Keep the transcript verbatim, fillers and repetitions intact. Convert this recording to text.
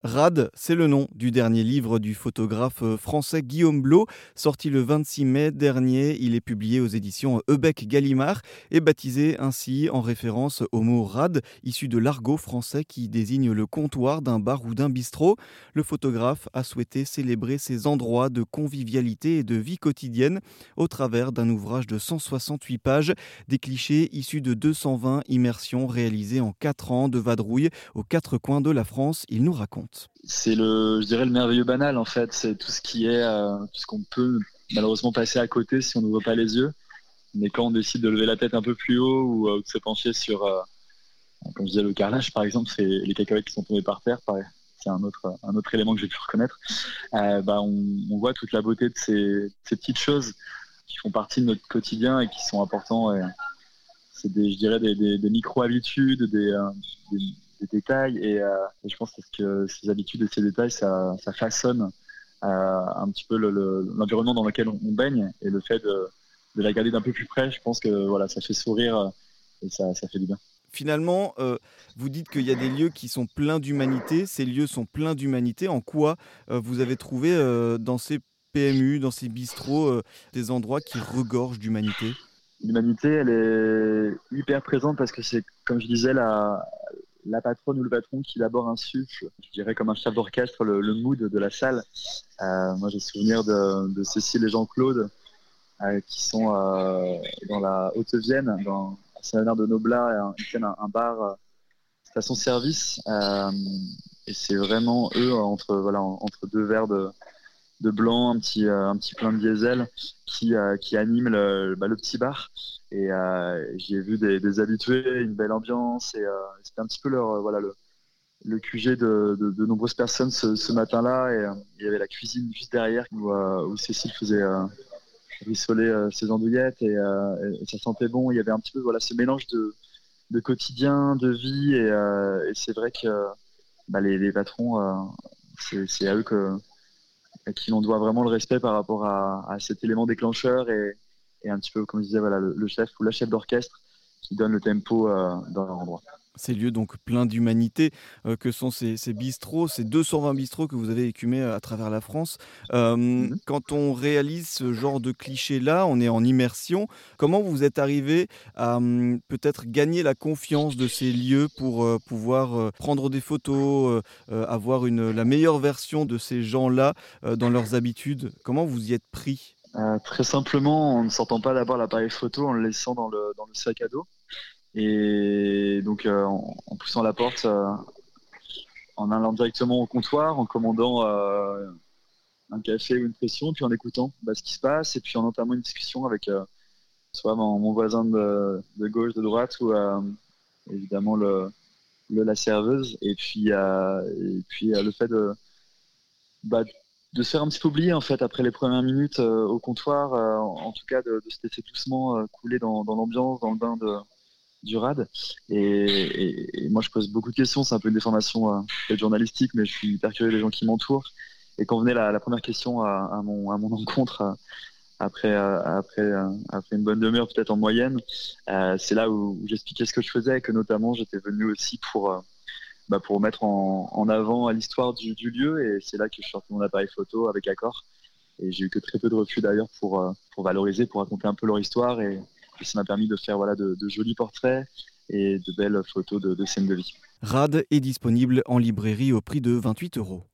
Rad, c'est le nom du dernier livre du photographe français Guillaume Blot, sorti le vingt-six mai dernier. Il est publié aux éditions Heubec Gallimard et baptisé ainsi en référence au mot rad, issu de l'argot français qui désigne le comptoir d'un bar ou d'un bistrot. Le photographe a souhaité célébrer ces endroits de convivialité et de vie quotidienne au travers d'un ouvrage de cent soixante-huit pages, des clichés issus de deux cent vingt immersions réalisées en quatre ans de vadrouille aux quatre coins de la France. Il nous raconte. C'est le, je dirais le merveilleux banal en fait. C'est tout ce qui est, euh, tout ce qu'on peut malheureusement passer à côté si on n'ouvre pas les yeux. Mais quand on décide de lever la tête un peu plus haut ou, euh, de se pencher sur, euh, comme je disais, le carrelage par exemple, c'est les cacahuètes qui sont tombées par terre. Pareil. C'est un autre, un autre élément que j'ai pu reconnaître. Euh, bah, on, on voit toute la beauté de ces, ces petites choses qui font partie de notre quotidien et qui sont importants. Et c'est des, je dirais des, des, des micro-habitudes, des, euh, des des détails et, euh, et je pense que ces habitudes et ces détails ça, ça façonne euh, un petit peu le, le, l'environnement dans lequel on, on baigne, et le fait de, de la garder d'un peu plus près, je pense que voilà, ça fait sourire et ça, ça fait du bien. Finalement, euh, vous dites qu'il y a des lieux qui sont pleins d'humanité. Ces lieux sont pleins d'humanité. En quoi euh, vous avez trouvé euh, dans ces P M U, dans ces bistrots, euh, des endroits qui regorgent d'humanité ? L'humanité, elle est hyper présente parce que c'est, comme je disais, la, la patronne ou le patron qui d'abord insuffle, je dirais comme un chef d'orchestre, le, le mood de la salle. Euh, moi, j'ai souvenir de, de Cécile et Jean-Claude euh, qui sont euh, dans la Haute-Vienne, dans Saint-Bernard de Noblat. Ils tiennent un, un bar euh, station-service euh, et c'est vraiment eux entre voilà entre deux verres de de blanc, un petit, euh, un petit plein de diesel qui, euh, qui anime le, bah, le petit bar. Et euh, j'y ai vu des, des habitués, une belle ambiance. Et euh, c'était un petit peu leur, euh, voilà, le, le Q G de, de, de nombreuses personnes ce, ce matin-là. Et euh, il y avait la cuisine juste derrière où, euh, où Cécile faisait euh, rissoler euh, ses andouillettes et, euh, et ça sentait bon. Il y avait un petit peu voilà, ce mélange de, de quotidien, de vie. Et, euh, et c'est vrai que bah, les, les patrons, euh, c'est, c'est à eux que à qui l'on doit vraiment le respect par rapport à, à cet élément déclencheur et, et un petit peu, comme je disais, voilà, le, le chef ou la chef d'orchestre qui donne le tempo euh, dans leur endroit. Ces lieux donc pleins d'humanité euh, que sont ces, ces bistrots, ces deux cent vingt bistrots que vous avez écumés à travers la France. Euh, Mm-hmm. quand on réalise ce genre de cliché-là, on est en immersion. Comment vous êtes arrivé à hum, peut-être gagner la confiance de ces lieux pour euh, pouvoir euh, prendre des photos, euh, euh, avoir une, la meilleure version de ces gens-là euh, dans leurs habitudes? Comment vous y êtes pris? Euh, très simplement, en ne sortant pas d'abord l'appareil photo, en le laissant dans le, dans le sac à dos. Et donc, euh, en, en poussant la porte, euh, en allant directement au comptoir, en commandant euh, un café ou une pression, puis en écoutant bah, ce qui se passe, et puis en entamant une discussion avec euh, soit mon, mon voisin de, de gauche, de droite, ou euh, évidemment le, le, la serveuse. Et puis, euh, et puis euh, le fait de, bah, de se faire un petit peu oublier en fait après les premières minutes euh, au comptoir, euh, en tout cas de, de se laisser doucement euh, couler dans, dans l'ambiance, dans le bain de, du rad. Et, et, et moi je pose beaucoup de questions, c'est un peu une déformation euh, peut-être journalistique, mais je suis hyper curieux des gens qui m'entourent. Et quand venait la, la première question à, à, mon, à mon encontre, euh, après, euh, après, euh, après une bonne demi-heure peut-être en moyenne, euh, c'est là où, où j'expliquais ce que je faisais et que notamment j'étais venu aussi pour... Euh, bah, pour mettre en, en avant l'histoire du, du lieu, et c'est là que je sortais mon appareil photo avec accord, et j'ai eu que très peu de refus d'ailleurs pour, euh, pour valoriser, pour raconter un peu leur histoire, et, et ça m'a permis de faire voilà, de, de jolis portraits et de belles photos de, de scènes de vie. Rad est disponible en librairie au prix de vingt-huit euros.